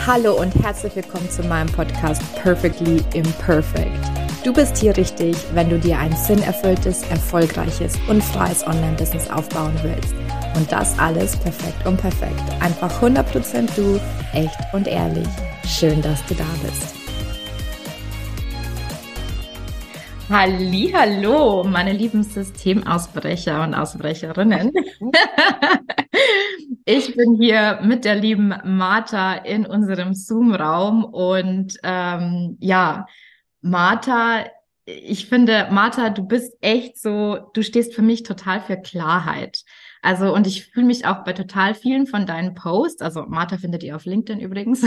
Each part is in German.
Hallo und herzlich willkommen zu meinem Podcast Perfectly Imperfect. Du bist hier richtig, wenn du dir ein sinnerfülltes, erfolgreiches und freies Online-Business aufbauen willst. Und das alles perfekt und perfekt. Einfach 100% du, echt und ehrlich. Schön, dass du da bist. Hallihallo, meine lieben Systemausbrecher und Ausbrecherinnen. Ich bin hier mit der lieben Martha in unserem Zoom-Raum und Martha, ich finde, Martha, du bist echt so, du stehst für mich total für Klarheit. Also, und ich fühle mich auch bei total vielen von deinen Posts, also Martha findet ihr auf LinkedIn übrigens,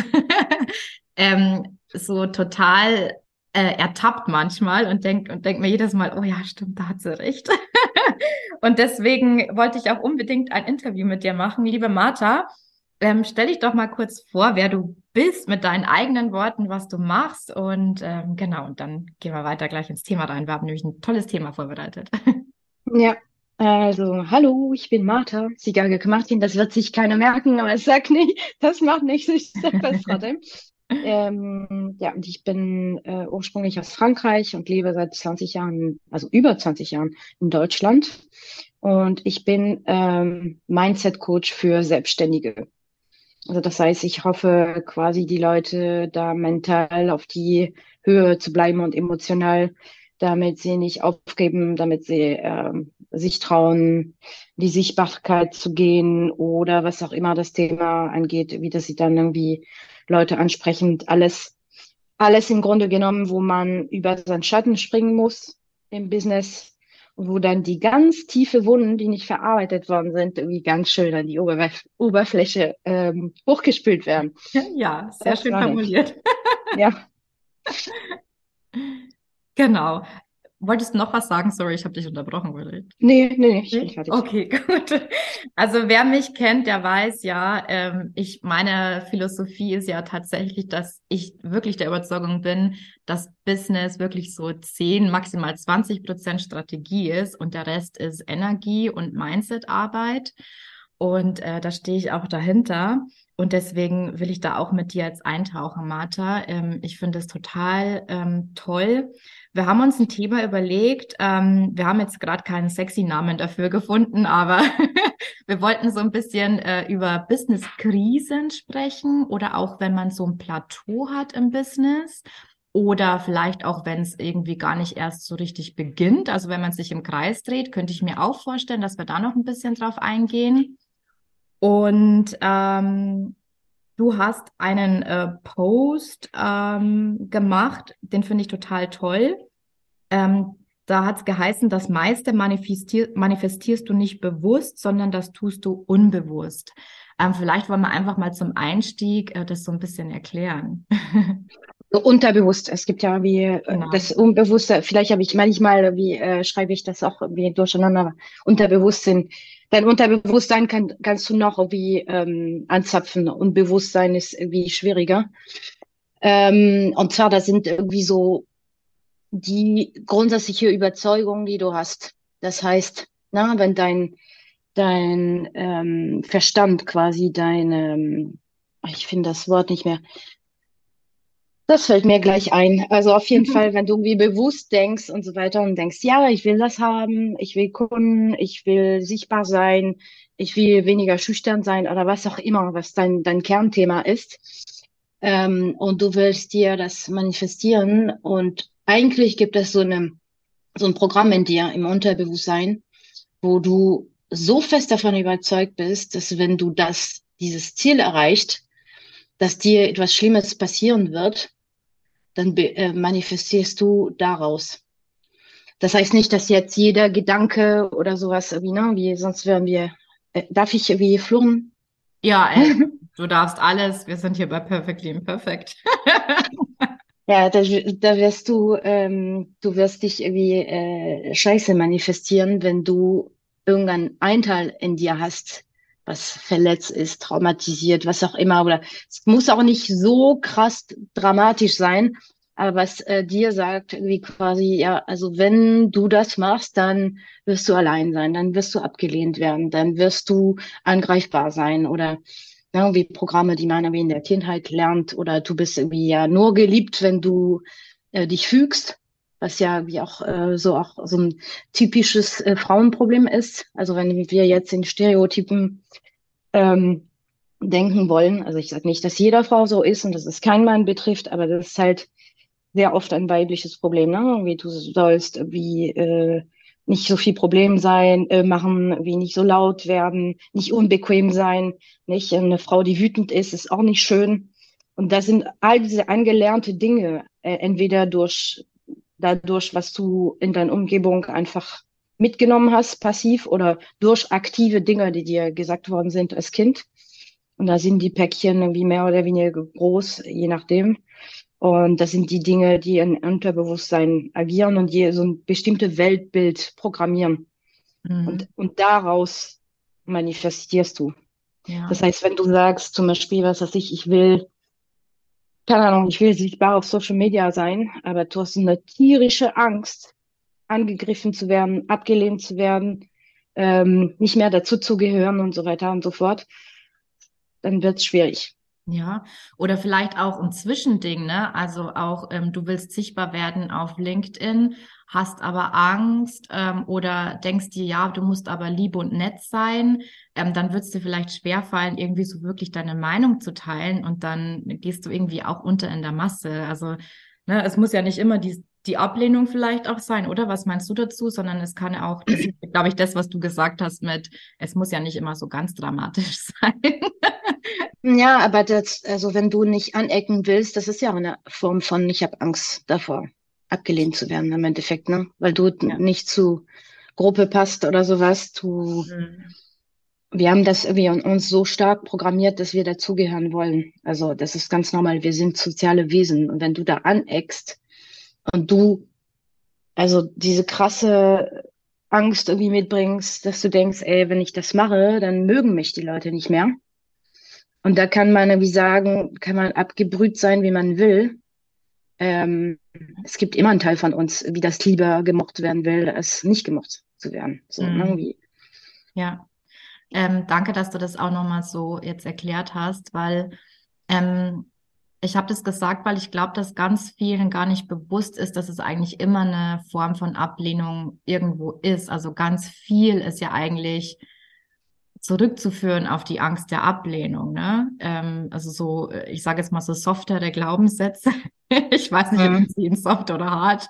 so total ertappt manchmal und denk mir jedes Mal, oh ja, stimmt, da hat sie recht. Und deswegen wollte ich auch unbedingt ein Interview mit dir machen. Liebe Martha, stell dich doch mal kurz vor, wer du bist, mit deinen eigenen Worten, was du machst. Und genau, und dann gehen wir weiter gleich ins Thema rein. Wir haben nämlich ein tolles Thema vorbereitet. Ja, also hallo, ich bin Martha, Sigage Martin, das wird sich keiner merken, aber sag nicht, das macht nichts, ich sag das trotzdem. Ja, und ich bin ursprünglich aus Frankreich und lebe seit 20 Jahren, also über 20 Jahren in Deutschland. Und ich bin Mindset-Coach für Selbstständige. Also das heißt, ich hoffe quasi die Leute da mental auf die Höhe zu bleiben und emotional, damit sie nicht aufgeben, damit sie sich trauen, die Sichtbarkeit zu gehen oder was auch immer das Thema angeht, wie das sie dann irgendwie Leute ansprechend alles im Grunde genommen, wo man über seinen Schatten springen muss im Business, wo dann die ganz tiefe Wunden, die nicht verarbeitet worden sind, irgendwie ganz schön an die Oberfläche hochgespült werden. Ja, sehr Das schön mache ich. formuliert. Ja. Genau. Wolltest du noch was sagen? Sorry, ich habe dich unterbrochen, oder? Nee, ich bin Nicht? fertig. Okay, gut. Also wer mich kennt, der weiß ja, meine Philosophie ist ja tatsächlich, dass ich wirklich der Überzeugung bin, dass Business wirklich so 10, maximal 20% Strategie ist und der Rest ist Energie und Mindset-Arbeit. Und da stehe ich auch dahinter. Und deswegen will ich da auch mit dir jetzt eintauchen, Martha. Ich finde es total toll. Wir haben uns ein Thema überlegt. Wir haben jetzt gerade keinen sexy Namen dafür gefunden, aber wir wollten so ein bisschen über Business-Krisen sprechen oder auch wenn man so ein Plateau hat im Business oder vielleicht auch, wenn es irgendwie gar nicht erst so richtig beginnt. Also wenn man sich im Kreis dreht, könnte ich mir auch vorstellen, dass wir da noch ein bisschen drauf eingehen. Und du hast einen Post gemacht, den finde ich total toll. Da hat es geheißen, das meiste manifestierst du nicht bewusst, sondern das tust du unbewusst. Vielleicht wollen wir einfach mal zum Einstieg das so ein bisschen erklären. So unterbewusst. Es gibt ja wie Genau. das Unbewusste, vielleicht habe ich manchmal, wie schreibe ich das auch wie durcheinander, aber Unterbewusstsein. Dein Unterbewusstsein kannst du noch irgendwie anzapfen. Unbewusstsein ist irgendwie schwieriger. Und zwar, das sind irgendwie so die grundsätzliche Überzeugung, die du hast. Das heißt, na, wenn dein Verstand quasi ich finde das Wort nicht mehr, das fällt mir gleich ein. Also auf jeden Fall, wenn du irgendwie bewusst denkst und so weiter und denkst, ja, ich will das haben, ich will Kunden, ich will sichtbar sein, ich will weniger schüchtern sein oder was auch immer, was dein Kernthema ist. Und du willst dir das manifestieren und eigentlich gibt es so ein Programm in dir im Unterbewusstsein, wo du so fest davon überzeugt bist, dass wenn du dieses Ziel erreicht, dass dir etwas Schlimmes passieren wird, dann manifestierst du daraus. Das heißt nicht, dass jetzt jeder Gedanke oder sowas, wie, ne, wie sonst wären wir, darf ich wie flurren? Ja, du darfst alles. Wir sind hier bei Perfectly Imperfect. Ja, da du wirst dich irgendwie scheiße manifestieren, wenn du irgendein Einteil in dir hast, was verletzt ist, traumatisiert, was auch immer. Oder es muss auch nicht so krass dramatisch sein, aber was dir sagt, wie quasi, ja, also wenn du das machst, dann wirst du allein sein, dann wirst du abgelehnt werden, dann wirst du angreifbar sein oder wie Programme, die man irgendwie in der Kindheit lernt, oder du bist irgendwie ja nur geliebt, wenn du dich fügst, was ja wie auch so ein typisches Frauenproblem ist. Also wenn wir jetzt in Stereotypen ähm, denken wollen, also ich sage nicht, dass jeder Frau so ist und dass es keinen Mann betrifft, aber das ist halt sehr oft ein weibliches Problem, ne? Wie du sollst wie nicht so viel Problem sein, machen, wie nicht so laut werden, nicht unbequem sein, nicht eine Frau, die wütend ist, ist auch nicht schön. Und das sind all diese angelernte Dinge, entweder dadurch, was du in deiner Umgebung einfach mitgenommen hast, passiv, oder durch aktive Dinge, die dir gesagt worden sind als Kind. Und da sind die Päckchen irgendwie mehr oder weniger groß, je nachdem. Und das sind die Dinge, die im Unterbewusstsein agieren und die so ein bestimmtes Weltbild programmieren. Mhm. Und daraus manifestierst du. Ja. Das heißt, wenn du sagst, zum Beispiel, was weiß ich will, keine Ahnung, ich will sichtbar auf Social Media sein, aber du hast eine tierische Angst, angegriffen zu werden, abgelehnt zu werden, nicht mehr dazu zu gehören und so weiter und so fort, dann wird es schwierig. Ja, oder vielleicht auch ein Zwischending, ne? Also auch, du willst sichtbar werden auf LinkedIn, hast aber Angst, oder denkst dir, ja, du musst aber lieb und nett sein, dann wird es dir vielleicht schwerfallen, irgendwie so wirklich deine Meinung zu teilen und dann gehst du irgendwie auch unter in der Masse. Also, ne, es muss ja nicht immer die Ablehnung vielleicht auch sein, oder? Was meinst du dazu? Sondern es kann ja auch, das ist, glaube ich, das, was du gesagt hast mit, es muss ja nicht immer so ganz dramatisch sein. Ja, aber also wenn du nicht anecken willst, das ist ja auch eine Form von, ich habe Angst davor, abgelehnt zu werden im Endeffekt, ne? Weil du Ja. nicht zu Gruppe passt oder sowas. Mhm. Wir haben das irgendwie uns so stark programmiert, dass wir dazugehören wollen. Also das ist ganz normal. Wir sind soziale Wesen. Und wenn du da aneckst und du also diese krasse Angst irgendwie mitbringst, dass du denkst, ey, wenn ich das mache, dann mögen mich die Leute nicht mehr. Und da kann man, wie sagen, kann man abgebrüht sein, wie man will. Ähm, Es gibt immer einen Teil von uns, wie das lieber gemocht werden will, als nicht gemocht zu werden. So, ne? Mhm. Ja. Danke, dass du das auch nochmal so jetzt erklärt hast, weil ähm, ich habe das gesagt, weil ich glaube, dass ganz vielen gar nicht bewusst ist, dass es eigentlich immer eine Form von Ablehnung irgendwo ist. Also ganz viel ist ja eigentlich zurückzuführen auf die Angst der Ablehnung, ne? Also so, ich sage jetzt mal so softere Glaubenssätze. Ich weiß nicht, ob man Mhm. sie in soft oder hart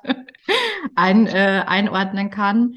einordnen kann.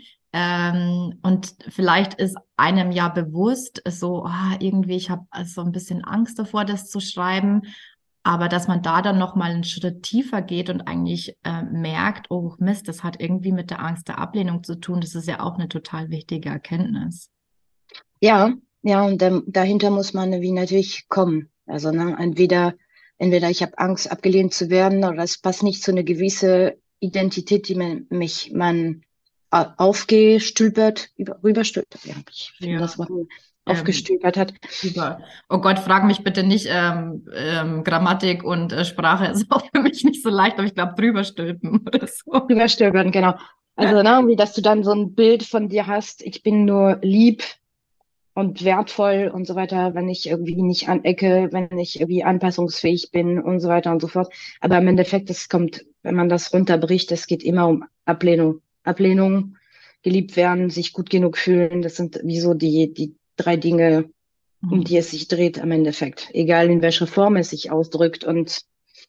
Und vielleicht ist einem ja bewusst, so, irgendwie, ich habe so ein bisschen Angst davor, das zu schreiben. Aber dass man da dann noch mal einen Schritt tiefer geht und eigentlich merkt, oh Mist, das hat irgendwie mit der Angst der Ablehnung zu tun, das ist ja auch eine total wichtige Erkenntnis. Ja, ja, und dahinter muss man wie natürlich kommen. Also ne, entweder ich habe Angst, abgelehnt zu werden, oder es passt nicht zu einer gewissen Identität, die man aufgestülpert, rüberstülpert. Ja, ich finde Ja. das Wort Ähm, aufgestülpert hat. Super. Oh Gott, frag mich bitte nicht, Grammatik und Sprache ist auch für mich nicht so leicht, aber ich glaube drüber stülpen oder so. Rüberstöbern, genau. Also, ne, wie dass du dann so ein Bild von dir hast, ich bin nur lieb und wertvoll und so weiter, wenn ich irgendwie nicht anecke, wenn ich irgendwie anpassungsfähig bin und so weiter und so fort. Aber im Endeffekt, es kommt, wenn man das runterbricht, es geht immer um Ablehnung. Ablehnung, geliebt werden, sich gut genug fühlen, das sind wie so die drei Dinge, um die Mhm. es sich dreht im Endeffekt. Egal in welcher Form es sich ausdrückt und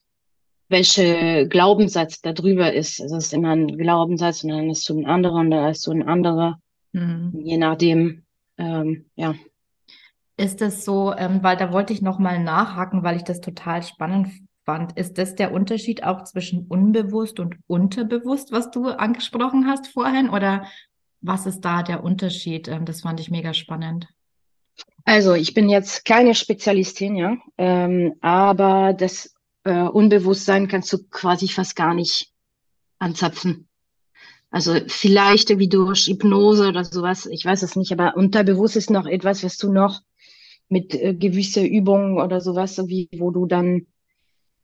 welche Glaubenssatz da drüber ist. Es ist immer ein Glaubenssatz und dann ist du ein anderer und dann ist du ein anderer, Mhm. je nachdem, ja. Ist es so, weil da wollte ich nochmal nachhaken, weil ich das total spannend fand. Ist das der Unterschied auch zwischen unbewusst und unterbewusst, was du angesprochen hast vorhin? Oder was ist da der Unterschied? Das fand ich mega spannend. Also ich bin jetzt keine Spezialistin, ja, aber das Unbewusstsein kannst du quasi fast gar nicht anzapfen. Also vielleicht wie durch Hypnose oder sowas, ich weiß es nicht, aber unterbewusst ist noch etwas, was du noch mit gewisse Übungen oder sowas, so wie wo du dann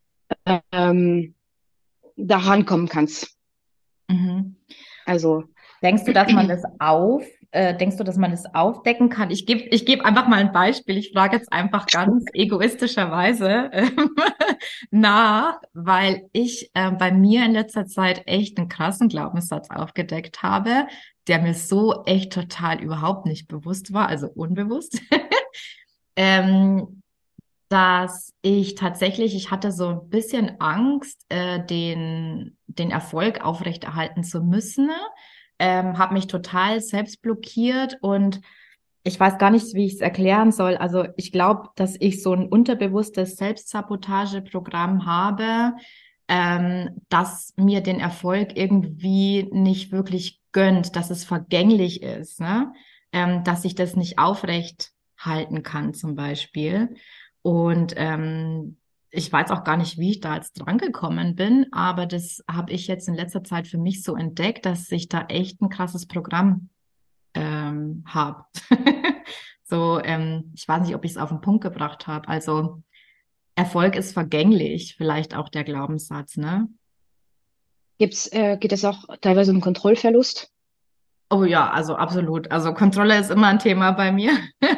ähm, da rankommen kannst. Mhm. Also Denkst du, dass man das aufdecken kann? Ich geb einfach mal ein Beispiel. Ich frage jetzt einfach ganz egoistischerweise nach, weil ich bei mir in letzter Zeit echt einen krassen Glaubenssatz aufgedeckt habe, der mir so echt total überhaupt nicht bewusst war, also unbewusst. Ähm, dass ich hatte so ein bisschen Angst, den Erfolg aufrechterhalten zu müssen, habe mich total selbst blockiert und ich weiß gar nicht, wie ich es erklären soll. Also ich glaube, dass ich so ein unterbewusstes Selbstsabotageprogramm habe, das mir den Erfolg irgendwie nicht wirklich gönnt, dass es vergänglich ist, ne? Dass ich das nicht aufrecht halten kann, zum Beispiel. Und ich weiß auch gar nicht, wie ich da jetzt drangekommen bin, aber das habe ich jetzt in letzter Zeit für mich so entdeckt, dass ich da echt ein krasses Programm habe. So, ich weiß nicht, ob ich es auf den Punkt gebracht habe. Also Erfolg ist vergänglich, vielleicht auch der Glaubenssatz, ne? Geht es auch teilweise um Kontrollverlust? Oh ja, also absolut. Also Kontrolle ist immer ein Thema bei mir.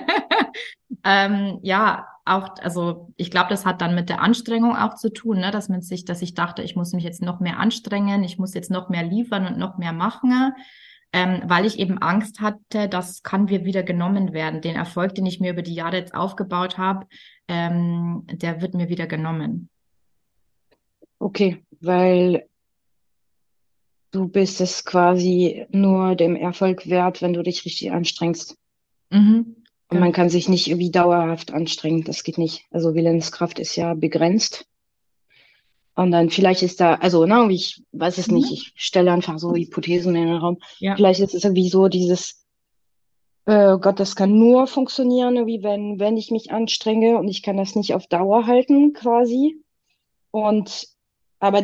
Ja, auch, also ich glaube, das hat dann mit der Anstrengung auch zu tun, ne? Dass ich dachte, ich muss mich jetzt noch mehr anstrengen, ich muss jetzt noch mehr liefern und noch mehr machen, weil ich eben Angst hatte, das kann mir wieder genommen werden. Den Erfolg, den ich mir über die Jahre jetzt aufgebaut habe, der wird mir wieder genommen. Okay, weil du bist es quasi nur dem Erfolg wert, wenn du dich richtig anstrengst. Mhm, Und man genau. kann sich nicht irgendwie dauerhaft anstrengen. Das geht nicht. Also Willenskraft ist ja begrenzt. Und dann vielleicht ist da, also, na, ich weiß es nicht. Mhm. Ich stelle einfach so Hypothesen in den Raum. Ja. Vielleicht ist es irgendwie so dieses, Gott, das kann nur funktionieren, wie wenn ich mich anstrenge und ich kann das nicht auf Dauer halten, quasi. Und aber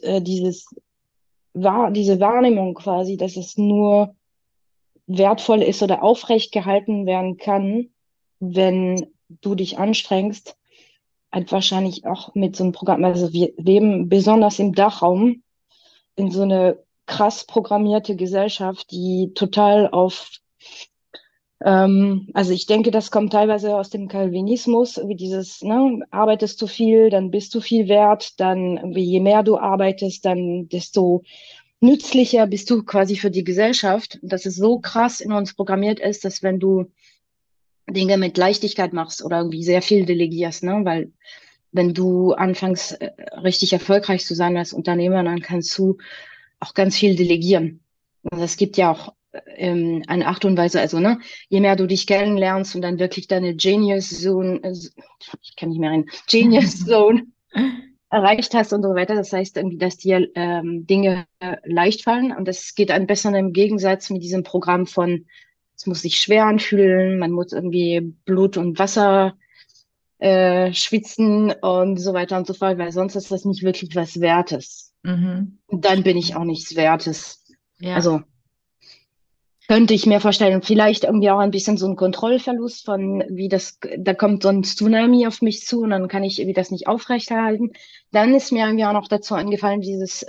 diese Wahrnehmung quasi, dass es nur wertvoll ist oder aufrecht gehalten werden kann, wenn du dich anstrengst, hat wahrscheinlich auch mit so einem Programm, also wir leben besonders im Dachraum in so eine krass programmierte Gesellschaft, die total auf, also ich denke, das kommt teilweise aus dem Calvinismus, wie dieses, ne, arbeitest du viel, dann bist du viel wert, dann, wie je mehr du arbeitest, dann desto nützlicher bist du quasi für die Gesellschaft. Und dass es so krass in uns programmiert ist, dass wenn du Dinge mit Leichtigkeit machst oder irgendwie sehr viel delegierst, ne? Weil wenn du anfängst, richtig erfolgreich zu sein als Unternehmer, dann kannst du auch ganz viel delegieren. Und es gibt ja auch eine Art und Weise, also ne, je mehr du dich kennenlernst und dann wirklich deine Genius Zone, ich kann nicht mehr reden, Genius Zone erreicht hast und so weiter. Das heißt irgendwie, dass dir Dinge leicht fallen und das geht ein bisschen im Gegensatz mit diesem Programm von, es muss sich schwer anfühlen, man muss irgendwie Blut und Wasser schwitzen und so weiter und so fort, weil sonst ist das nicht wirklich was Wertes. Mhm. Und dann bin ich auch nichts Wertes. Ja. Also könnte ich mir vorstellen, vielleicht irgendwie auch ein bisschen so ein Kontrollverlust von, wie das, da kommt so ein Tsunami auf mich zu und dann kann ich irgendwie das nicht aufrechterhalten. Dann ist mir irgendwie auch noch dazu eingefallen,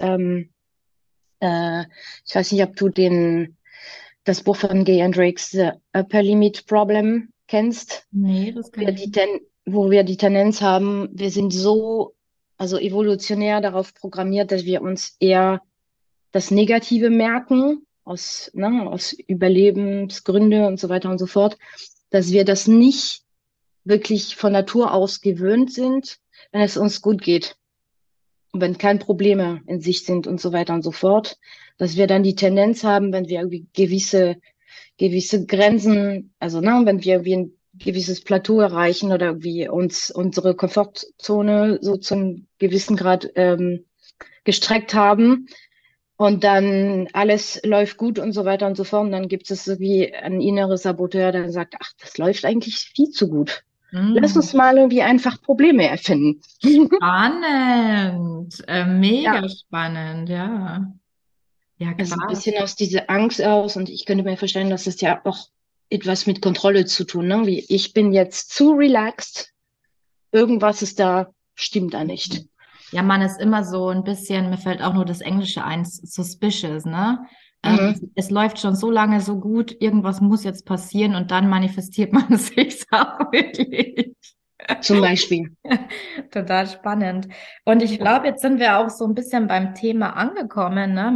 äh, ich weiß nicht, ob du das Buch von Gay Hendricks, The Upper Limit Problem kennst, Nee, das wir kann ich die nicht. wo wir die Tendenz haben, wir sind so, also evolutionär darauf programmiert, dass wir uns eher das Negative merken, aus Überlebensgründe und so weiter und so fort, dass wir das nicht wirklich von Natur aus gewöhnt sind, wenn es uns gut geht und wenn keine Probleme in Sicht sind und so weiter und so fort, dass wir dann die Tendenz haben, wenn wir irgendwie gewisse Grenzen, also ne, wenn wir irgendwie ein gewisses Plateau erreichen oder irgendwie uns unsere Komfortzone so zum gewissen Grad gestreckt haben, und dann alles läuft gut und so weiter und so fort. Und dann gibt es so wie ein inneres Saboteur, der sagt, ach, das läuft eigentlich viel zu gut. Lass uns Mhm. mal irgendwie einfach Probleme erfinden. Spannend, Ja, mega spannend, ja. Ja, also ein krass. bisschen aus dieser Angst aus. Und ich könnte mir vorstellen, dass es ja auch etwas mit Kontrolle zu tun, ne? Wie ich bin jetzt zu relaxed, irgendwas ist da, stimmt da nicht. Ja, man ist immer so ein bisschen, mir fällt auch nur das Englische ein, suspicious, ne? Mhm. Es läuft schon so lange so gut, irgendwas muss jetzt passieren und dann manifestiert man sich auch wirklich. Zum Beispiel. Total spannend. Und ich glaube, jetzt sind wir auch so ein bisschen beim Thema angekommen, ne,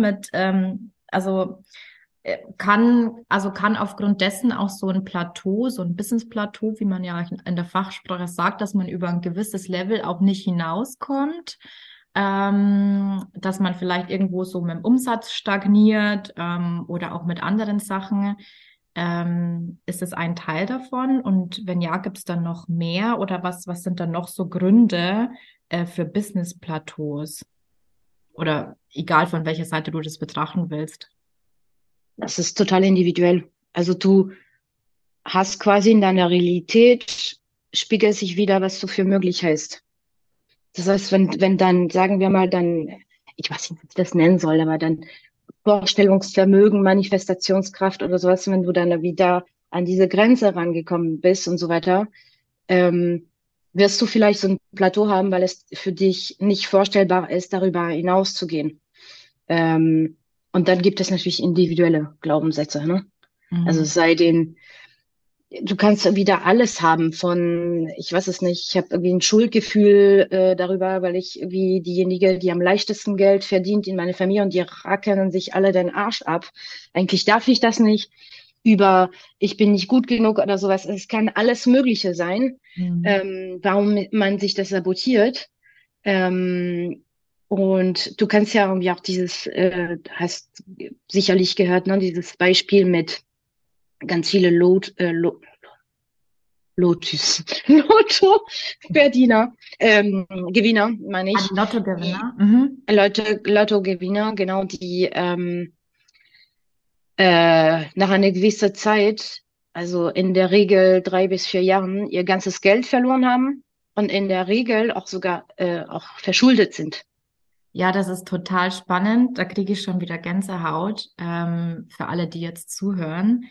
kann aufgrund dessen auch so ein Plateau, so ein Business-Plateau, wie man ja in der Fachsprache sagt, dass man über ein gewisses Level auch nicht hinauskommt, dass man vielleicht irgendwo so mit dem Umsatz stagniert, oder auch mit anderen Sachen. Ist es ein Teil davon? Und wenn ja, gibt es dann noch mehr oder was sind dann noch so Gründe, für Business-Plateaus? Oder egal von welcher Seite du das betrachten willst. Das ist total individuell. Also du hast quasi in deiner Realität spiegelt sich wieder, was du für möglich hältst. Das heißt, wenn dann, sagen wir mal, dann, ich weiß nicht, wie ich das nennen soll, aber dann Vorstellungsvermögen, Manifestationskraft oder sowas, wenn du dann wieder an diese Grenze rangekommen bist und so weiter, ähm, wirst du vielleicht so ein Plateau haben, weil es für dich nicht vorstellbar ist, darüber hinauszugehen. Ähm, und dann gibt es natürlich individuelle Glaubenssätze, ne? Also Mhm. es sei denn, du kannst wieder alles haben von, ich weiß es nicht, ich habe irgendwie ein Schuldgefühl darüber, weil ich wie diejenige, die am leichtesten Geld verdient in meiner Familie und die rackern sich alle den Arsch ab. Eigentlich darf ich das nicht. Über, ich bin nicht gut genug oder sowas. Es kann alles Mögliche sein, Mhm. warum man sich das sabotiert. Ähm, und du kannst ja irgendwie auch hast sicherlich gehört, ne, dieses Beispiel mit ganz viele Lotus, Lotto-Verdiener, Gewinner, meine Ah, ich, die die Lottogewinner. Mhm. Lotto-Gewinner, genau, die nach einer gewissen Zeit, also in der Regel 3 bis 4 Jahren, ihr ganzes Geld verloren haben und in der Regel auch sogar auch verschuldet sind. Ja, das ist total spannend. Da kriege ich schon wieder Gänsehaut, für alle, die jetzt zuhören.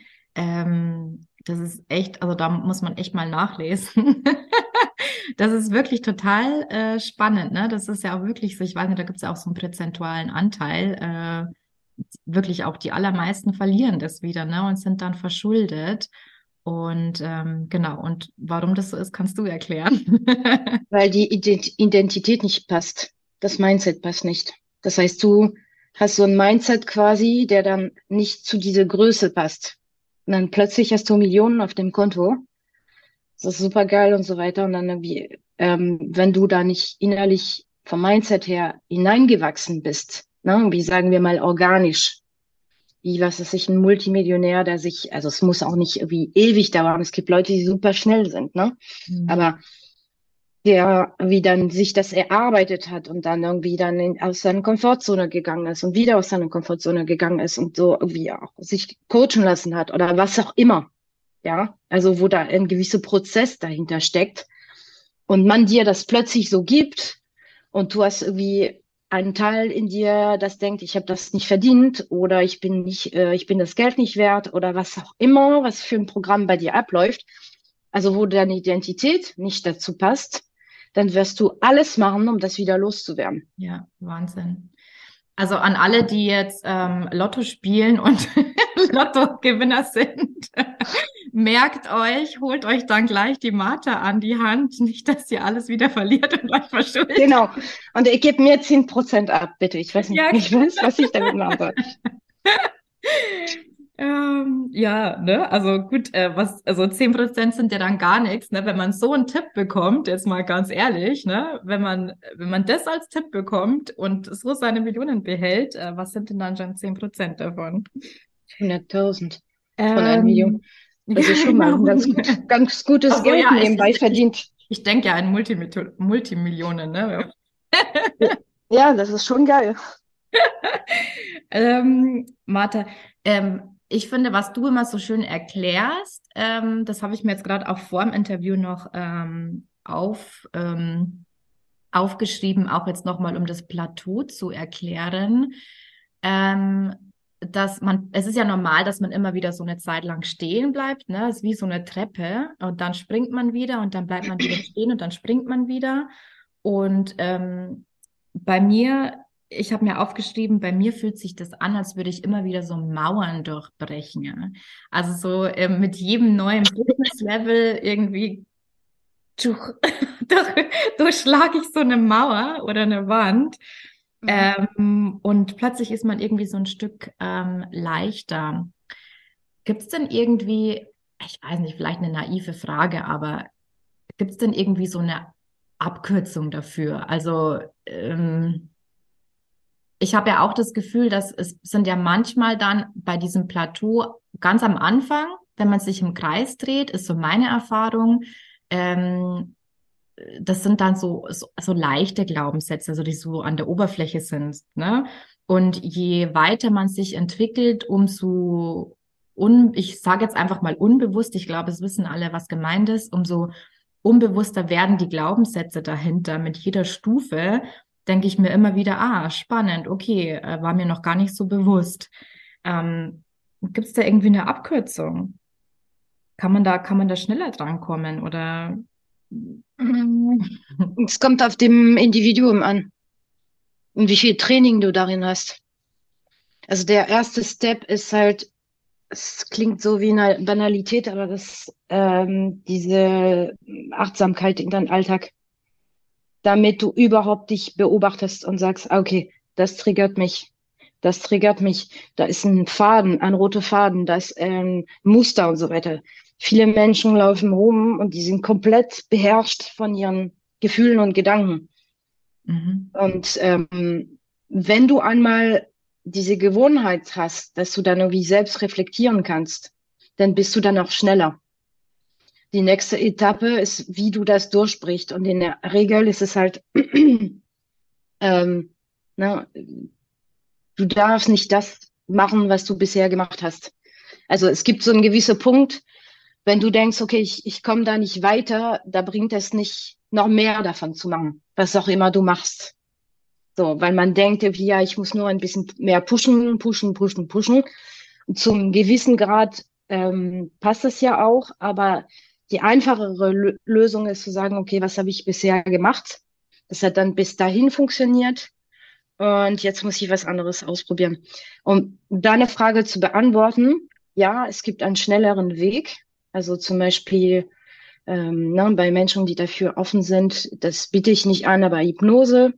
Das ist echt, also da muss man echt mal nachlesen. Das ist wirklich total spannend, ne? Das ist ja auch wirklich so, ich weiß nicht, da gibt es ja auch so einen prozentualen Anteil. Wirklich auch die allermeisten verlieren das wieder, ne? Und sind dann verschuldet. Und genau, und warum das so ist, kannst du erklären. Weil die Identität nicht passt. Das Mindset passt nicht. Das heißt, du hast so ein Mindset quasi, der dann nicht zu dieser Größe passt. Und dann plötzlich hast du Millionen auf dem Konto. Das ist super geil und so weiter. Und dann irgendwie, wenn du da nicht innerlich vom Mindset her hineingewachsen bist, ne, wie sagen wir mal organisch, wie was ist sich ein Multimillionär, der sich, also es muss auch nicht irgendwie ewig dauern. Es gibt Leute, die super schnell sind, ne? Hm. Aber der wie dann sich das erarbeitet hat und dann irgendwie dann aus seiner Komfortzone gegangen ist und wieder aus seiner Komfortzone gegangen ist und so irgendwie auch sich coachen lassen hat oder was auch immer. Ja, also wo da ein gewisser Prozess dahinter steckt und man dir das plötzlich so gibt und du hast irgendwie einen Teil in dir, das denkt, ich habe das nicht verdient oder ich bin das Geld nicht wert oder was auch immer, was für ein Programm bei dir abläuft. Also wo deine Identität nicht dazu passt, dann wirst du alles machen, um das wieder loszuwerden. Ja, Wahnsinn. Also an alle, die jetzt Lotto spielen und Lottogewinner sind, merkt euch, holt euch dann gleich die Mate an die Hand, nicht, dass ihr alles wieder verliert und euch verschuldet. Genau. Und ich gebe mir 10% ab, bitte. Ich weiß nicht, Ja, ich weiß, was ich damit machen soll. ja, ne, also gut, also 10% sind ja dann gar nichts, ne, wenn man so einen Tipp bekommt, jetzt mal ganz ehrlich, ne, wenn man das als Tipp bekommt und so seine Millionen behält, was sind denn dann schon 10% davon? 100.000 von 1 Million. Ähm, ja, Das ist schon mal genau. ein ganz gutes Also Geld ja, nebenbei verdient. ich denke ja in Multimillionen, ne? Ja, das ist schon geil. Martha, ich finde, was du immer so schön erklärst, das habe ich mir jetzt gerade auch vor dem Interview noch aufgeschrieben, auch jetzt nochmal, um das Plateau zu erklären. Ähm, es ist ja normal, dass man immer wieder so eine Zeit lang stehen bleibt, ne? Es ist wie so eine Treppe und dann springt man wieder und dann bleibt man wieder stehen und dann springt man wieder. Und bei mir ich habe mir aufgeschrieben, bei mir fühlt sich das an, als würde ich immer wieder so Mauern durchbrechen. Ja. Also so mit jedem neuen Business-Level irgendwie durch, durch, durchschlage ich so eine Mauer oder eine Wand. Mhm. Und plötzlich ist man irgendwie so ein Stück leichter. Gibt es denn irgendwie, ich weiß nicht, vielleicht eine naive Frage, aber gibt es denn irgendwie so eine Abkürzung dafür? Also ich habe ja auch das Gefühl, dass es sind ja manchmal dann bei diesem Plateau ganz am Anfang, wenn man sich im Kreis dreht, ist so meine Erfahrung, ähm, das sind dann so leichte Glaubenssätze, also die so an der Oberfläche sind, ne? Und je weiter man sich entwickelt, ich sage jetzt einfach mal unbewusst, ich glaube, es wissen alle, was gemeint ist, umso unbewusster werden die Glaubenssätze dahinter. Mit jeder Stufe denke ich mir immer wieder, spannend, okay, war mir noch gar nicht so bewusst. Gibt es da irgendwie eine Abkürzung? Kann man da schneller drankommen oder? Mhm. Es kommt auf dem Individuum an und wie viel Training du darin hast. Also der erste Step ist halt, es klingt so wie eine Banalität, aber diese Achtsamkeit in deinem Alltag, damit du überhaupt dich beobachtest und sagst, okay, das triggert mich. Das triggert mich. Da ist ein Faden, ein roter Faden, da ist ein Muster und so weiter. Viele Menschen laufen rum und die sind komplett beherrscht von ihren Gefühlen und Gedanken. Mhm. Und wenn du einmal diese Gewohnheit hast, dass du dann irgendwie selbst reflektieren kannst, dann bist du dann auch schneller. Die nächste Etappe ist, wie du das durchbrichst. Und in der Regel ist es halt, ähm, na, du darfst nicht das machen, was du bisher gemacht hast. Also es gibt so einen gewissen Punkt, wenn du denkst, okay, ich komme da nicht weiter, da bringt es nicht, noch mehr davon zu machen, was auch immer du machst. So, weil man denkt, irgendwie, ja, ich muss nur ein bisschen mehr pushen, pushen, pushen, pushen. Und zum gewissen Grad passt es ja auch, aber die einfachere Lösung ist zu sagen, okay, was habe ich bisher gemacht? Das hat dann bis dahin funktioniert und jetzt muss ich was anderes ausprobieren. Um deine Frage zu beantworten, ja, es gibt einen schnelleren Weg. Also zum Beispiel bei Menschen, die dafür offen sind, das biete ich nicht an, aber Hypnose.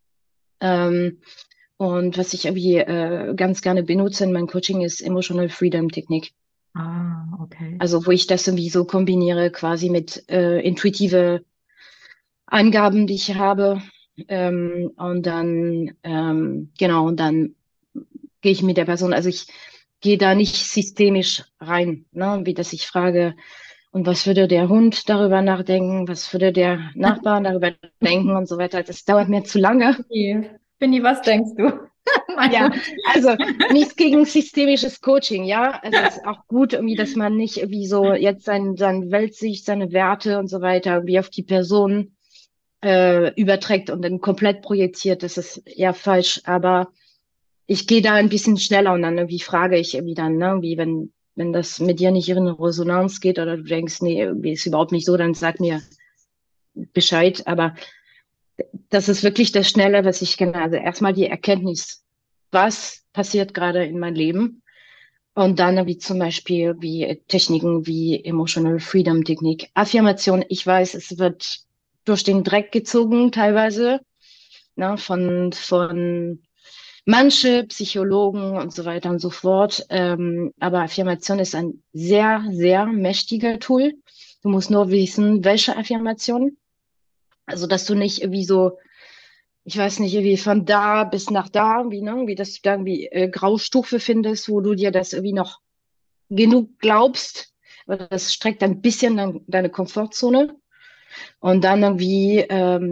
Ähm, und was ich irgendwie ganz gerne benutze in meinem Coaching ist Emotional Freedom Technik. Okay. Also wo ich das irgendwie so kombiniere quasi mit intuitive Angaben, die ich habe. Und dann, genau, und dann gehe ich mit der Person, also ich gehe da nicht systemisch rein, ne? Wie dass ich frage, und was würde der Hund darüber nachdenken, was würde der Nachbar darüber denken und so weiter. Das dauert mir zu lange. Okay. Finny, was denkst du? Mein Ja, Hund. also nichts gegen systemisches Coaching, ja. Also es ist auch gut, irgendwie, dass man nicht irgendwie so jetzt seine Weltsicht, seine Werte und so weiter wie auf die Person überträgt und dann komplett projiziert. Das ist ja falsch. Aber ich gehe da ein bisschen schneller und dann irgendwie frage ich irgendwie dann, ne, wie wenn das mit dir nicht in Resonanz geht oder du denkst, nee, irgendwie ist überhaupt nicht so, dann sag mir Bescheid. Aber das ist wirklich das Schnelle, was ich kenne. Also erstmal die Erkenntnis, was passiert gerade in meinem Leben. Und dann wie zum Beispiel wie Techniken wie Emotional Freedom Technik, Affirmation. Ich weiß, es wird durch den Dreck gezogen teilweise, ne, von manche Psychologen und so weiter und so fort. Aber Affirmation ist ein sehr, sehr mächtiger Tool. Du musst nur wissen, welche Affirmation. Also, dass du nicht irgendwie so, ich weiß nicht, irgendwie von da bis nach da, wie, ne, wie dass du da irgendwie Graustufe findest, wo du dir das irgendwie noch genug glaubst, weil das streckt ein bisschen deine Komfortzone und dann irgendwie,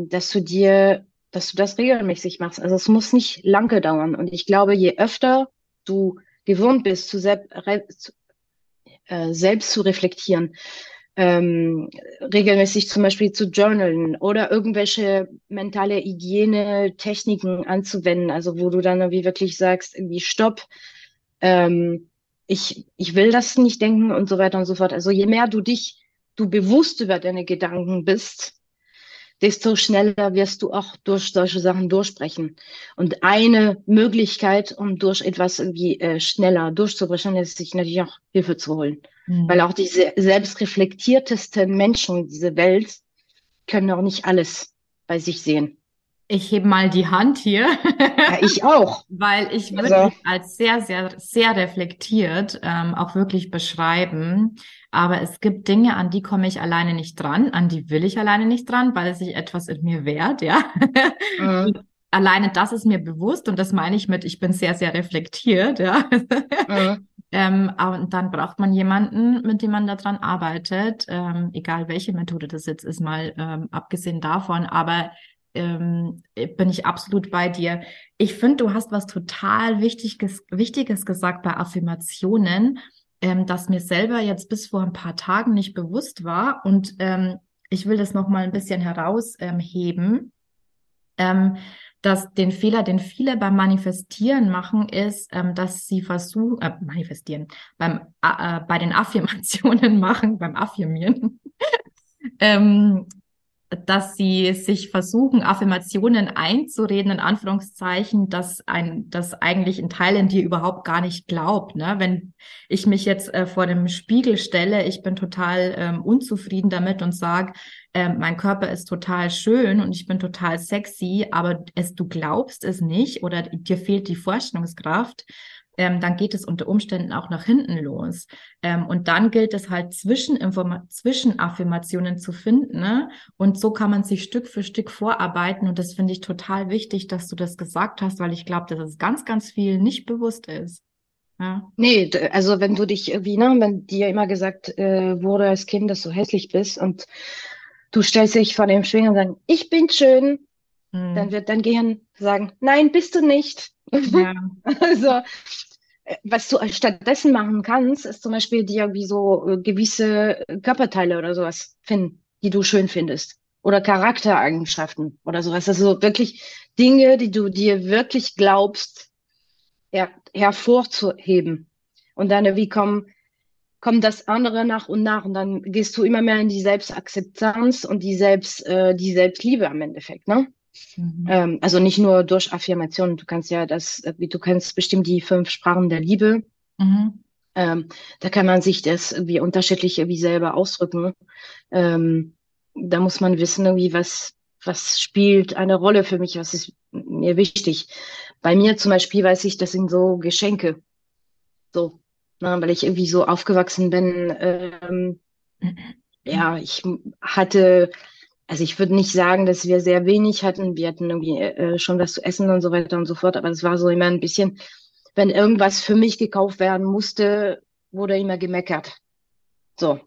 dass du das regelmäßig machst. Also es muss nicht lange dauern. Und ich glaube, je öfter du gewohnt bist, selbst zu reflektieren, regelmäßig zum Beispiel zu journalen oder irgendwelche mentale Hygiene-Techniken anzuwenden, also wo du dann irgendwie wirklich sagst, irgendwie Stopp, ähm, ich will das nicht denken und so weiter und so fort. Also je mehr du bewusst über deine Gedanken bist, desto schneller wirst du auch durch solche Sachen durchbrechen. Und eine Möglichkeit, um durch etwas irgendwie schneller durchzubrechen, ist, sich natürlich auch Hilfe zu holen. Weil Hm. auch diese selbstreflektiertesten Menschen dieser Welt können auch nicht alles bei sich sehen. Ich hebe mal die Hand hier, Ja, ich auch. weil ich würde Also, mich als sehr, sehr, sehr reflektiert auch wirklich beschreiben. Aber es gibt Dinge, an die komme ich alleine nicht dran, an die will ich alleine nicht dran, weil es sich etwas in mir wehrt, ja. mm, Und alleine das ist mir bewusst und das meine ich mit, ich bin sehr, sehr reflektiert, ja. mm. Aber dann braucht man jemanden, mit dem man daran arbeitet, egal welche Methode das jetzt ist, mal abgesehen davon. Aber bin ich absolut bei dir. Ich finde, du hast was total Wichtiges gesagt bei Affirmationen, das mir selber jetzt bis vor ein paar Tagen nicht bewusst war. Und ich will das noch mal ein bisschen herausheben. Dass den Fehler, den viele beim Manifestieren machen, ist, dass sie versuchen, manifestieren, bei den Affirmationen machen, beim Affirmieren, ähm, dass sie sich versuchen, Affirmationen einzureden, in Anführungszeichen, dass eigentlich ein Teil in dir überhaupt gar nicht glaubt. Ne? Wenn ich mich jetzt vor dem Spiegel stelle, ich bin total unzufrieden damit und sage, mein Körper ist total schön und ich bin total sexy, aber du glaubst es nicht oder dir fehlt die Vorstellungskraft, dann geht es unter Umständen auch nach hinten los. Und dann gilt es halt Zwischenaffirmationen zu finden, ne? Und so kann man sich Stück für Stück vorarbeiten. Und das finde ich total wichtig, dass du das gesagt hast, weil ich glaube, dass es ganz, ganz viel nicht bewusst ist. Ja. Nee, also wenn du dich irgendwie, ne, wenn dir immer gesagt wurde als Kind, dass du hässlich bist und du stellst dich vor dem Spiegel und sagst, ich bin schön, dann Hm. wird dein Gehirn sagen, nein, bist du nicht. Ja. Also, was du stattdessen machen kannst, ist zum Beispiel dir irgendwie so gewisse Körperteile oder sowas finden, die du schön findest. Oder Charaktereigenschaften oder sowas. Also wirklich Dinge, die du dir wirklich glaubst, hervorzuheben. Und dann irgendwie kommt das andere nach und nach und dann gehst du immer mehr in die Selbstakzeptanz und die Selbstliebe am Endeffekt, ne? Mhm. Also nicht nur durch Affirmationen, du kannst ja du kennst bestimmt die 5 Sprachen der Liebe. Mhm. Ähm, Da kann man sich das irgendwie unterschiedlich irgendwie selber ausdrücken. Ähm, Da muss man wissen, irgendwie, was spielt eine Rolle für mich, was ist mir wichtig. Bei mir zum Beispiel weiß ich, das sind so Geschenke. So, ne, weil ich irgendwie so aufgewachsen bin. Ja, also ich würde nicht sagen, dass wir sehr wenig hatten. Wir hatten irgendwie schon was zu essen und so weiter und so fort. Aber es war so immer ein bisschen, wenn irgendwas für mich gekauft werden musste, wurde immer gemeckert. So.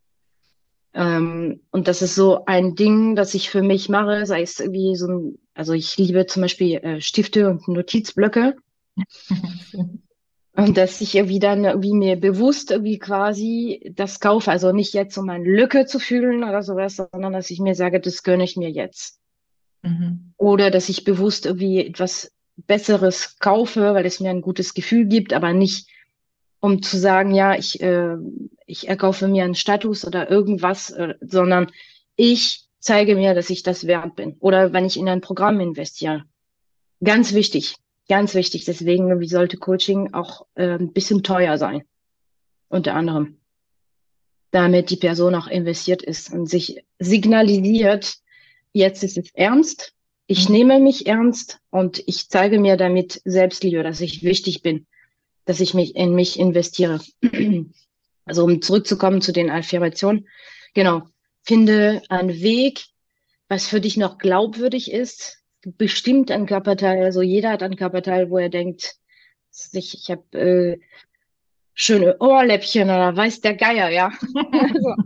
Und das ist so ein Ding, das ich für mich mache, sei es irgendwie also ich liebe zum Beispiel Stifte und Notizblöcke. Schön. Und dass ich irgendwie dann irgendwie mir bewusst irgendwie quasi das kaufe. Also nicht jetzt, um eine Lücke zu fühlen oder sowas, sondern dass ich mir sage, das gönne ich mir jetzt. Mhm. Oder dass ich bewusst irgendwie etwas Besseres kaufe, weil es mir ein gutes Gefühl gibt, aber nicht, um zu sagen, ja, ich erkaufe mir einen Status oder irgendwas, sondern ich zeige mir, dass ich das wert bin. Oder wenn ich in ein Programm investiere. Ganz wichtig, ganz wichtig. Deswegen, wie sollte Coaching auch ein bisschen teuer sein, unter anderem, damit die Person auch investiert ist und sich signalisiert, jetzt ist es ernst, ich Mhm. nehme mich ernst und ich zeige mir damit Selbstliebe, dass ich wichtig bin, dass ich mich in mich investiere. Also um zurückzukommen zu den Affirmationen, genau, finde einen Weg, was für dich noch glaubwürdig ist. Bestimmt ein Körperteil, also jeder hat ein Körperteil, wo er denkt, ich habe schöne Ohrläppchen oder weiß der Geier, ja. Also,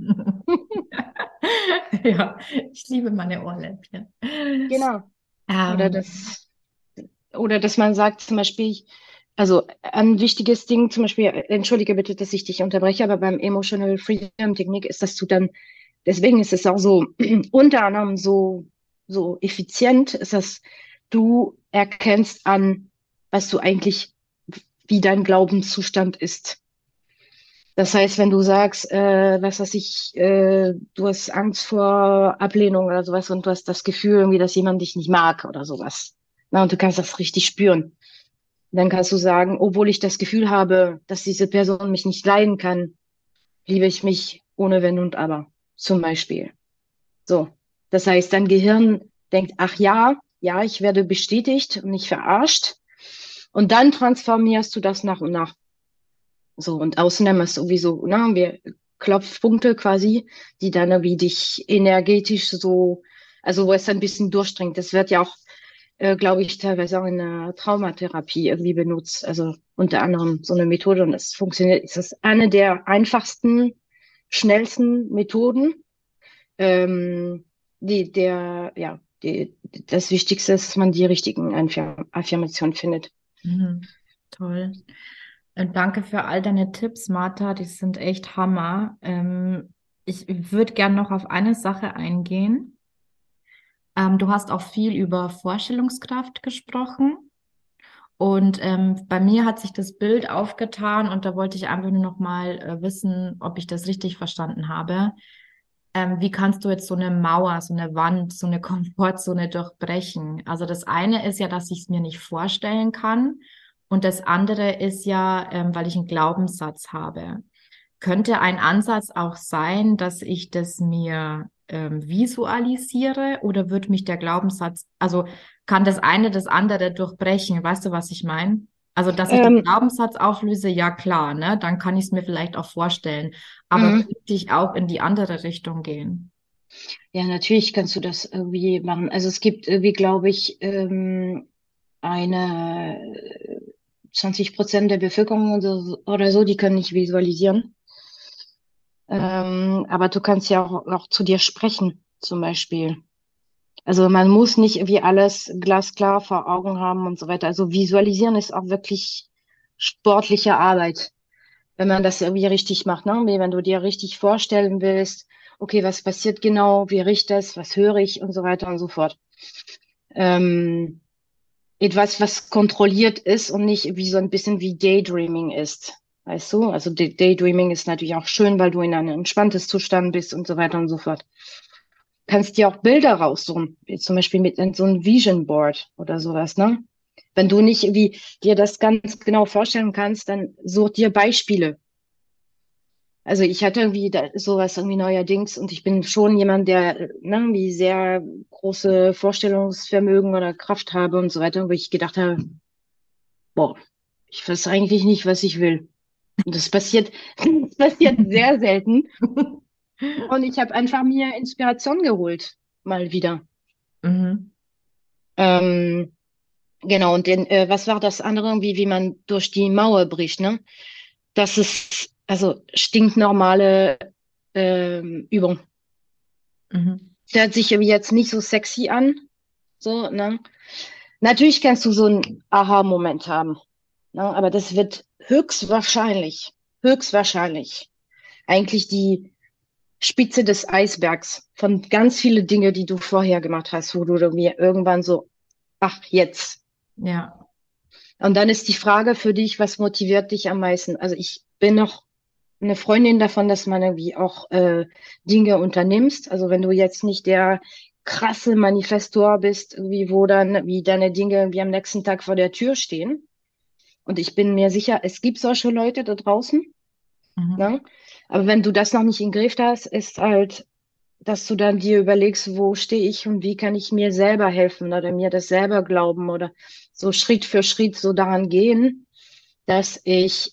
Ja, ich liebe meine Ohrläppchen. genau. Oder Ähm, das, oder dass man sagt zum Beispiel, also ein wichtiges Ding, zum Beispiel, entschuldige bitte, dass ich dich unterbreche, aber beim Emotional Freedom Technik ist, dass du dann, deswegen ist es auch so unter anderem so effizient, ist, dass du erkennst an, was du eigentlich, wie dein Glaubenszustand ist. Das heißt, wenn du sagst, was weiß ich, du hast Angst vor Ablehnung oder sowas und du hast das Gefühl irgendwie, dass jemand dich nicht mag oder sowas. Na, und du kannst das richtig spüren. Dann kannst du sagen, obwohl ich das Gefühl habe, dass diese Person mich nicht leiden kann, liebe ich mich ohne Wenn und Aber, zum Beispiel. So. Das heißt, dein Gehirn denkt, ach ja, ja, ich werde bestätigt und nicht verarscht. Und dann transformierst du das nach und nach. So, und außerdem hast du sowieso, ne, wir Klopfpunkte quasi, die dann irgendwie dich energetisch so, also wo es ein bisschen durchdringt. Das wird ja auch, glaube ich, teilweise auch in der Traumatherapie irgendwie benutzt. Also unter anderem so eine Methode und es funktioniert. Es ist eine der einfachsten, schnellsten Methoden. Ähm, das Wichtigste ist, dass man die richtigen Affirmationen findet. Mhm. Toll. Und danke für all deine Tipps, Martha. Die sind echt Hammer. Ich würde gern noch auf eine Sache eingehen. Du hast auch viel über Vorstellungskraft gesprochen. Und bei mir hat sich das Bild aufgetan und da wollte ich einfach nur noch mal wissen, ob ich das richtig verstanden habe. Wie kannst du jetzt so eine Mauer, so eine Wand, so eine Komfortzone durchbrechen? Also das eine ist ja, dass ich es mir nicht vorstellen kann. Und das andere ist ja, weil ich einen Glaubenssatz habe. Könnte ein Ansatz auch sein, dass ich das mir visualisiere oder wird mich der Glaubenssatz, also kann das eine das andere durchbrechen? Weißt du, was ich meine? Also, dass ich den Ähm, Glaubenssatz auflöse, ja klar, ne? Dann kann ich es mir vielleicht auch vorstellen. Aber mhm. könnte ich auch in die andere Richtung gehen? Ja, natürlich kannst du das irgendwie machen. Also es gibt irgendwie, glaube ich, eine 20% der Bevölkerung oder so, die können nicht visualisieren. Aber du kannst ja auch zu dir sprechen, zum Beispiel. Also man muss nicht irgendwie alles glasklar vor Augen haben und so weiter. Also visualisieren ist auch wirklich sportliche Arbeit, wenn man das irgendwie richtig macht, ne? Wie wenn du dir richtig vorstellen willst, okay, was passiert genau, wie riecht das, was höre ich und so weiter und so fort. Ähm, etwas, was kontrolliert ist und nicht wie so ein bisschen wie Daydreaming ist. Weißt du? Also Daydreaming ist natürlich auch schön, weil du in einem entspanntes Zustand bist und so weiter und so fort. Kannst dir auch Bilder raussuchen, wie zum Beispiel mit so einem Vision Board oder sowas, ne? Wenn du nicht wie dir das ganz genau vorstellen kannst, dann such dir Beispiele. Also ich hatte irgendwie sowas irgendwie neuerdings und ich bin schon jemand, der ne, wie sehr große Vorstellungsvermögen oder Kraft habe und so weiter, wo ich gedacht habe, boah, ich weiß eigentlich nicht, was ich will. Und das passiert, das passiert sehr selten. Und ich habe einfach mir Inspiration geholt, mal wieder. Mhm. Ähm, genau, und was war das andere, wie man durch die Mauer bricht, ne? Das ist also stinknormale Übung. Mhm. Hört sich irgendwie jetzt nicht so sexy an, so, ne? Natürlich kannst du so einen Aha-Moment haben, ne? Aber das wird höchstwahrscheinlich eigentlich die Spitze des Eisbergs von ganz viele Dinge, die du vorher gemacht hast, wo du mir irgendwann so, ach, jetzt. Ja. Und dann ist die Frage für dich, was motiviert dich am meisten? Also ich bin noch eine Freundin davon, dass man irgendwie auch Dinge unternimmst. Also wenn du jetzt nicht der krasse Manifestor bist, wie wo dann wie deine Dinge wie am nächsten Tag vor der Tür stehen. Und ich bin mir sicher, es gibt solche Leute da draußen. Mhm. Ne? Aber wenn du das noch nicht in den Griff hast, ist halt, dass du dann dir überlegst, wo stehe ich und wie kann ich mir selber helfen oder mir das selber glauben oder so Schritt für Schritt so daran gehen, dass ich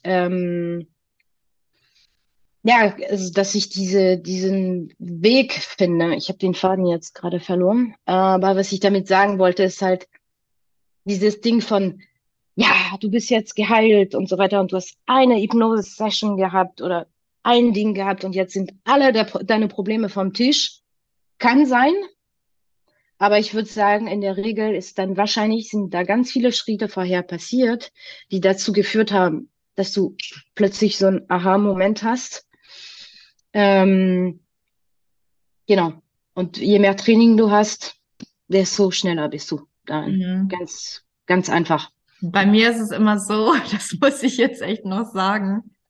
ja, also, dass ich diesen Weg finde. Ich habe den Faden jetzt gerade verloren. Aber was ich damit sagen wollte, ist halt dieses Ding von, ja, du bist jetzt geheilt und so weiter und du hast eine Hypnose-Session gehabt oder ein Ding gehabt und jetzt sind alle deine Probleme vom Tisch. Kann sein, aber ich würde sagen, in der Regel ist dann wahrscheinlich, sind da ganz viele Schritte vorher passiert, die dazu geführt haben, dass du plötzlich so einen Aha-Moment hast. Ähm, Genau. Und je mehr Training du hast, desto schneller bist du dann. Mhm. Ganz, ganz einfach. Bei mir ist es immer so, das muss ich jetzt echt noch sagen.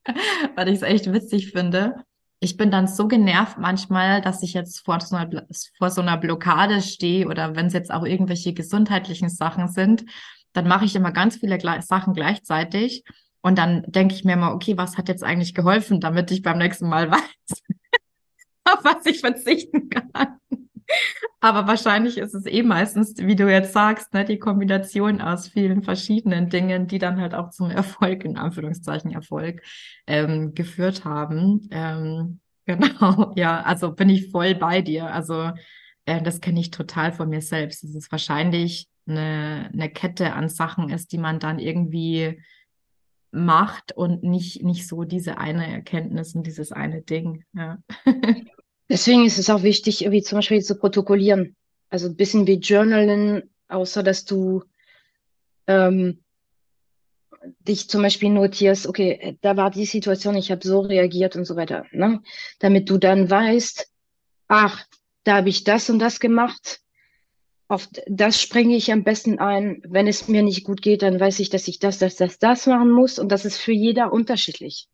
weil ich es echt witzig finde. Ich bin dann so genervt manchmal, dass ich jetzt vor so einer Blockade stehe oder wenn es jetzt auch irgendwelche gesundheitlichen Sachen sind, dann mache ich immer ganz viele Sachen gleichzeitig und dann denke ich mir immer, okay, was hat jetzt eigentlich geholfen, damit ich beim nächsten Mal weiß, auf was ich verzichten kann. Aber wahrscheinlich ist es eh meistens, wie du jetzt sagst, ne, die Kombination aus vielen verschiedenen Dingen, die dann halt auch zum Erfolg, in Anführungszeichen Erfolg, geführt haben. Genau, ja, also bin ich voll bei dir. Also das kenne ich total von mir selbst. Dass es wahrscheinlich eine Kette an Sachen ist, die man dann irgendwie macht und nicht so diese eine Erkenntnis und dieses eine Ding. Ja. Deswegen ist es auch wichtig, irgendwie zum Beispiel zu protokollieren. Also ein bisschen wie Journalen, außer dass du ähm, dich zum Beispiel notierst, okay, da war die Situation, ich habe so reagiert und so weiter, ne? Damit du dann weißt, ach, da habe ich das und das gemacht. Auf das springe ich am besten ein. Wenn es mir nicht gut geht, dann weiß ich, dass ich das machen muss. Und das ist für jeder unterschiedlich.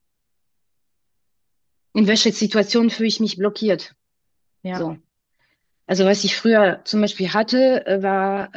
In welcher Situation fühle ich mich blockiert? Ja. So. Also was ich früher zum Beispiel hatte, war,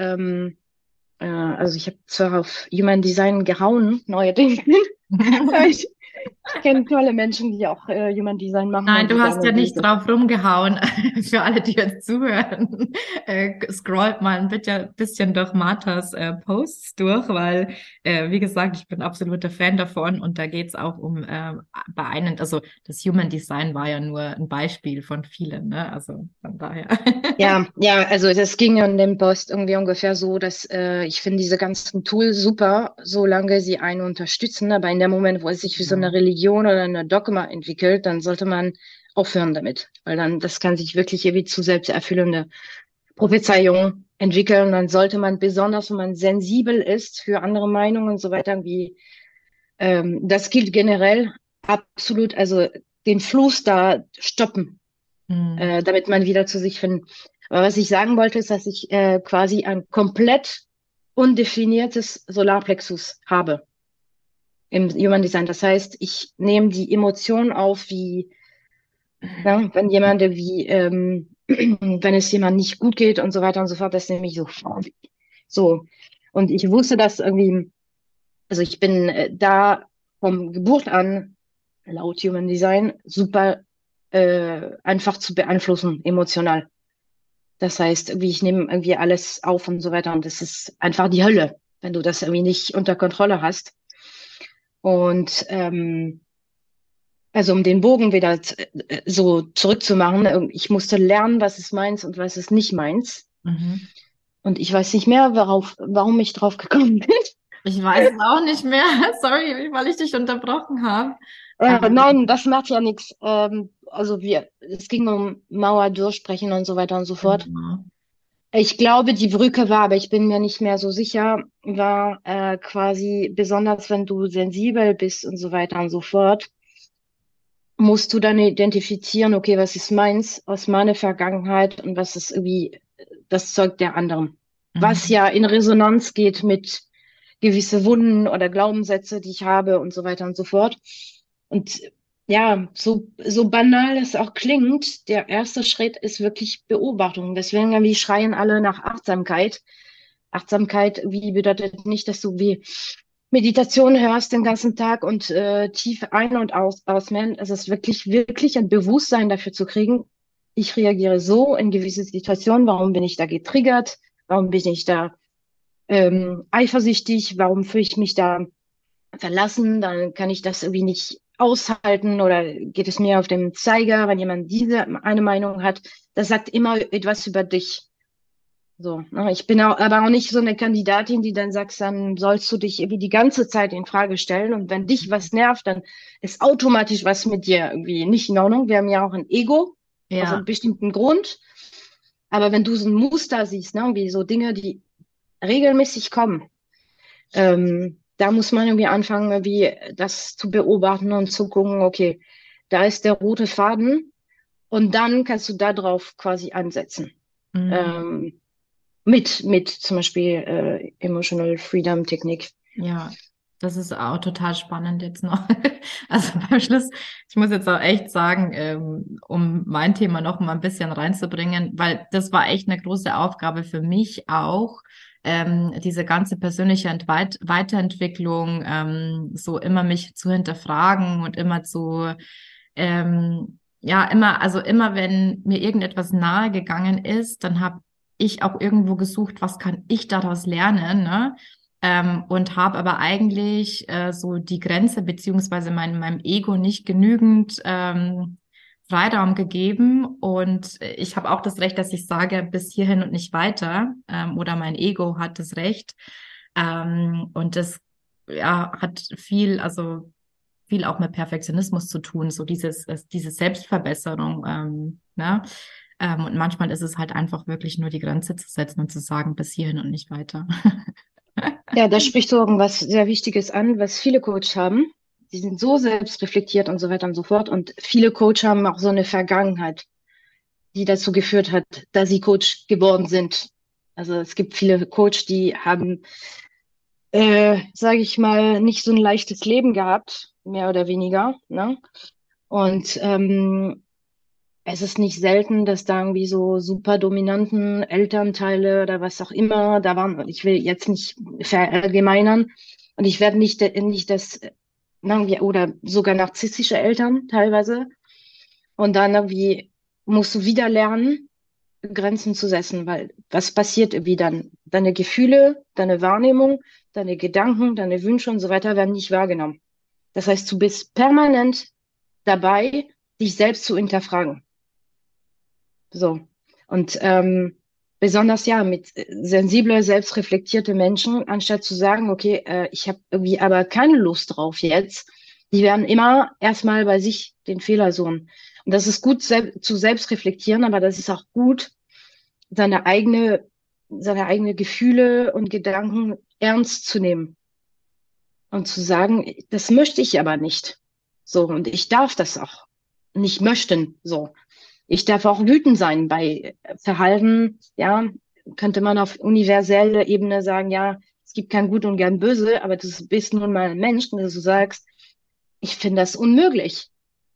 also ich habe zwar auf Human Design gehauen, neuerdings. Aber ich kenne tolle Menschen, die auch Human Design machen Nein, und du die hast sagen, ja wie nicht das. drauf rumgehauen. Für alle, die jetzt zuhören, scrollt mal ein bisschen durch Marthas Posts durch, weil, wie gesagt, ich bin absoluter Fan davon und da geht's auch um bei einem, also das Human Design war ja nur ein Beispiel von vielen, ne? Also von daher. Ja, ja, also das ging in dem Post irgendwie ungefähr so, dass ich finde diese ganzen Tools super, solange sie einen unterstützen, aber in dem Moment, wo es sich wie so eine Ja. Religion oder eine Dogma entwickelt, dann sollte man aufhören damit, weil dann das kann sich wirklich irgendwie zu selbsterfüllende Prophezeiungen entwickeln. Dann sollte man besonders, wenn man sensibel ist für andere Meinungen und so weiter, wie das gilt generell absolut, also den Fluss da stoppen, Hm. damit man wieder zu sich findet. Aber was ich sagen wollte, ist, dass ich quasi ein komplett undefiniertes Solarplexus habe im Human Design. Das heißt, ich nehme die Emotionen auf, wie ja, wenn jemand wie wenn es jemand nicht gut geht und so weiter und so fort, das nehme ich so. So. Und ich wusste, dass irgendwie, also ich bin da vom Geburt an laut Human Design super einfach zu beeinflussen, emotional. Das heißt, wie ich nehme irgendwie alles auf und so weiter. Und das ist einfach die Hölle, wenn du das irgendwie nicht unter Kontrolle hast. Und also um den Bogen wieder so zurückzumachen, ich musste lernen, was ist meins und was ist nicht meins. Mhm. Und ich weiß nicht mehr, warum ich drauf gekommen bin. Ich weiß es auch nicht mehr. Sorry, weil ich dich unterbrochen habe. Nein, das macht ja nichts. Also es ging um Mauer durchbrechen und so weiter und so fort. Genau. Ich glaube, die Brücke war, aber ich bin mir nicht mehr so sicher, war quasi, besonders wenn du sensibel bist und so weiter und so fort, musst du dann identifizieren, okay, was ist meins aus meiner Vergangenheit und was ist irgendwie das Zeug der anderen. Was Mhm. ja in Resonanz geht mit gewisse Wunden oder Glaubenssätze, die ich habe und so weiter und so fort. Und ja, so banal es auch klingt, der erste Schritt ist wirklich Beobachtung. Deswegen, wir schreien alle nach Achtsamkeit. Achtsamkeit, wie bedeutet nicht, dass du wie Meditation hörst den ganzen Tag und tief ein- und ausatmen. Es ist wirklich, wirklich ein Bewusstsein dafür zu kriegen. Ich reagiere so in gewisse Situationen. Warum bin ich da getriggert? Warum bin ich da eifersüchtig? Warum fühle ich mich da verlassen? Dann kann ich das irgendwie nicht aushalten oder geht es mir auf den Zeiger, wenn jemand diese eine Meinung hat. Das sagt immer etwas über dich. So, ne? Ich bin auch, aber auch nicht so eine Kandidatin, die dann sagt, dann sollst du dich irgendwie die ganze Zeit in Frage stellen. Und wenn dich was nervt, dann ist automatisch was mit dir irgendwie nicht in Ordnung. Wir haben ja auch ein Ego aus einem Ja. bestimmten Grund. Aber wenn du so ein Muster siehst, ne, wie so Dinge, die regelmäßig kommen, da muss man irgendwie anfangen, irgendwie das zu beobachten und zu gucken, okay, da ist der rote Faden und dann kannst du da drauf quasi ansetzen. Mhm. Ähm, mit zum Beispiel Emotional Freedom Technik. Ja, Das ist auch total spannend jetzt noch. Also beim Schluss, ich muss jetzt auch echt sagen, um mein Thema noch mal ein bisschen reinzubringen, weil das war echt eine große Aufgabe für mich auch, diese ganze persönliche Weiterentwicklung, so immer mich zu hinterfragen und immer zu, ja, also immer wenn mir irgendetwas nahe gegangen ist, dann habe ich auch irgendwo gesucht, was kann ich daraus lernen, ne? Und habe aber eigentlich so die Grenze beziehungsweise meinem Ego nicht genügend Freiraum gegeben. Und ich habe auch das Recht, dass ich sage, bis hierhin und nicht weiter. Oder mein Ego hat das Recht. Und das ja, hat viel, also viel auch mit Perfektionismus zu tun, so diese Selbstverbesserung. Ne? Und manchmal ist es halt einfach wirklich nur die Grenze zu setzen und zu sagen, bis hierhin und nicht weiter. Ja, da sprichst du irgendwas sehr Wichtiges an, was viele Coaches haben. Die sind so selbstreflektiert und so weiter und so fort. Und viele Coaches haben auch so eine Vergangenheit, die dazu geführt hat, dass sie Coach geworden sind. Also es gibt viele Coaches, die haben, sage ich mal, nicht so ein leichtes Leben gehabt, mehr oder weniger. Ne? Und es ist nicht selten, dass da irgendwie so super dominanten Elternteile oder was auch immer da waren. Ich will jetzt nicht verallgemeinern und ich werde nicht das, irgendwie, oder sogar narzisstische Eltern teilweise. Und dann irgendwie musst du wieder lernen, Grenzen zu setzen, weil was passiert wie dann? Deine Gefühle, deine Wahrnehmung, deine Gedanken, deine Wünsche und so weiter werden nicht wahrgenommen. Das heißt, du bist permanent dabei, dich selbst zu hinterfragen. So. Und besonders ja mit sensible, selbstreflektierte Menschen, anstatt zu sagen, okay, ich habe irgendwie aber keine Lust drauf jetzt, die werden immer erstmal bei sich den Fehler suchen. Und das ist gut zu selbst reflektieren, aber das ist auch gut, seine eigene Gefühle und Gedanken ernst zu nehmen und zu sagen, das möchte ich aber nicht. So, und ich darf das auch nicht möchten. So. Ich darf auch wütend sein bei Verhalten, ja, könnte man auf universeller Ebene sagen, ja, es gibt kein Gut und kein Böse, aber du bist nun mal ein Mensch, und du sagst, ich finde das unmöglich.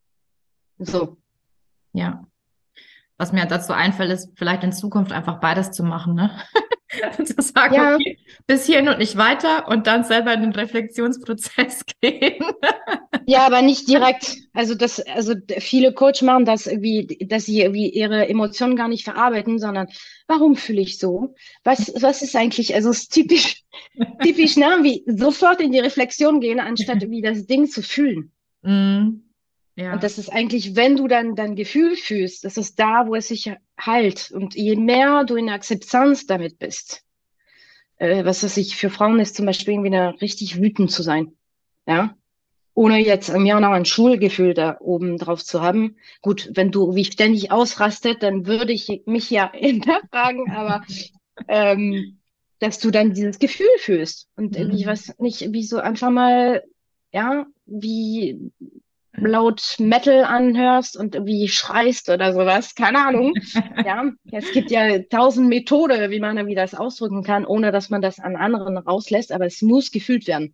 So, Ja. Was mir dazu einfällt, ist vielleicht in Zukunft einfach beides zu machen, ne? Zu sagen, ja, okay, bis hierhin und nicht weiter und dann selber in den Reflexionsprozess gehen. ja, aber nicht direkt. Also viele Coach machen das irgendwie, dass sie irgendwie ihre Emotionen gar nicht verarbeiten, sondern warum fühle ich so? Was ist eigentlich, also es ist typisch, ne, wie sofort in die Reflexion gehen, anstatt wie das Ding zu fühlen. Mm, Und ja. das ist eigentlich, wenn du dann dein Gefühl fühlst, das ist da, wo es sich heilt. Und je mehr du in Akzeptanz damit bist, was weiß ich, für Frauen ist zum Beispiel irgendwie da richtig wütend zu sein. Ja, ohne jetzt im Jahr noch ein Schulgefühl da oben drauf zu haben. Gut, wenn du wie ständig ausrastet, dann würde ich mich ja hinterfragen, aber ähm, dass du dann dieses Gefühl fühlst und irgendwie Mm. was nicht, wie so einfach mal, ja, wie laut Metal anhörst und irgendwie schreist oder sowas, keine Ahnung. Ja, es gibt ja tausend Methoden, wie man irgendwie das ausdrücken kann, ohne dass man das an anderen rauslässt, aber es muss gefühlt werden.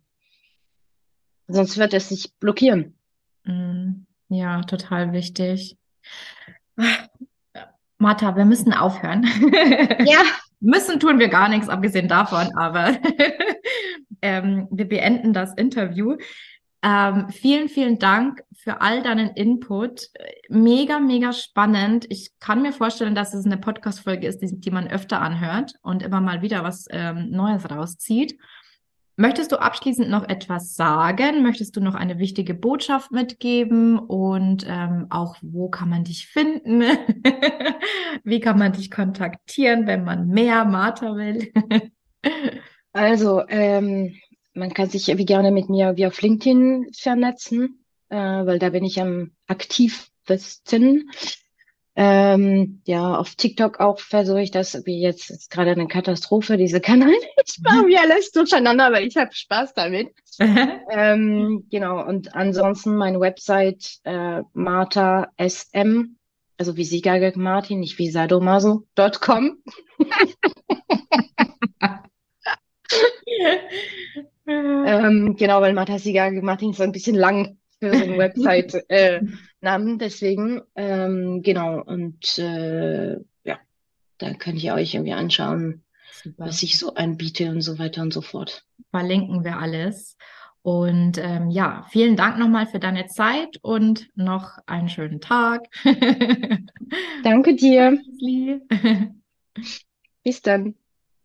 Sonst wird es sich blockieren. Mm. Ja, total wichtig. Martha, wir müssen aufhören. Ja, Müssen tun wir gar nichts, abgesehen davon, aber wir beenden das Interview. Vielen, vielen Dank für all deinen Input. Mega, mega spannend. Ich kann mir vorstellen, dass es eine Podcast-Folge ist, die man öfter anhört und immer mal wieder was Neues rauszieht. Möchtest du abschließend noch etwas sagen? Möchtest du noch eine wichtige Botschaft mitgeben? Und auch, wo kann man dich finden? Wie kann man dich kontaktieren, wenn man mehr Martha will? also man kann sich wie gerne mit mir wie auf LinkedIn vernetzen, weil da bin ich am aktivsten. Ja, auf TikTok auch versuche ich das, wie jetzt ist gerade eine Katastrophe, diese Kanäle. Ich mache mir alles durcheinander, aber ich habe Spaß damit. Genau, und ansonsten meine Website Martha SM, also wie Sieger Martin, nicht wie sadomaso.com. Genau, weil Martin ist ein bisschen lang für so einen Website-Namen, deswegen, genau, und ja, da könnt ihr euch irgendwie anschauen, Super. was ich so anbiete und so weiter und so fort. Verlinken wir alles. Und ja, vielen Dank nochmal für deine Zeit und noch einen schönen Tag. Danke dir, Tschüssli. bis dann.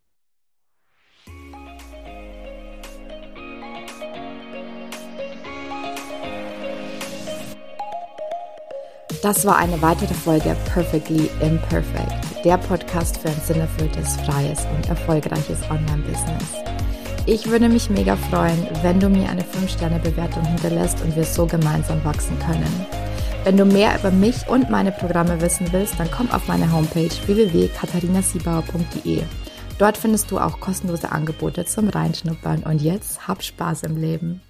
Das war eine weitere Folge Perfectly Imperfect, der Podcast für ein sinnerfülltes, freies und erfolgreiches Online-Business. Ich würde mich mega freuen, wenn du mir eine 5-Sterne-Bewertung hinterlässt und wir so gemeinsam wachsen können. Wenn du mehr über mich und meine Programme wissen willst, dann komm auf meine Homepage www.katharinasiebauer.de. Dort findest du auch kostenlose Angebote zum Reinschnuppern und jetzt hab Spaß im Leben.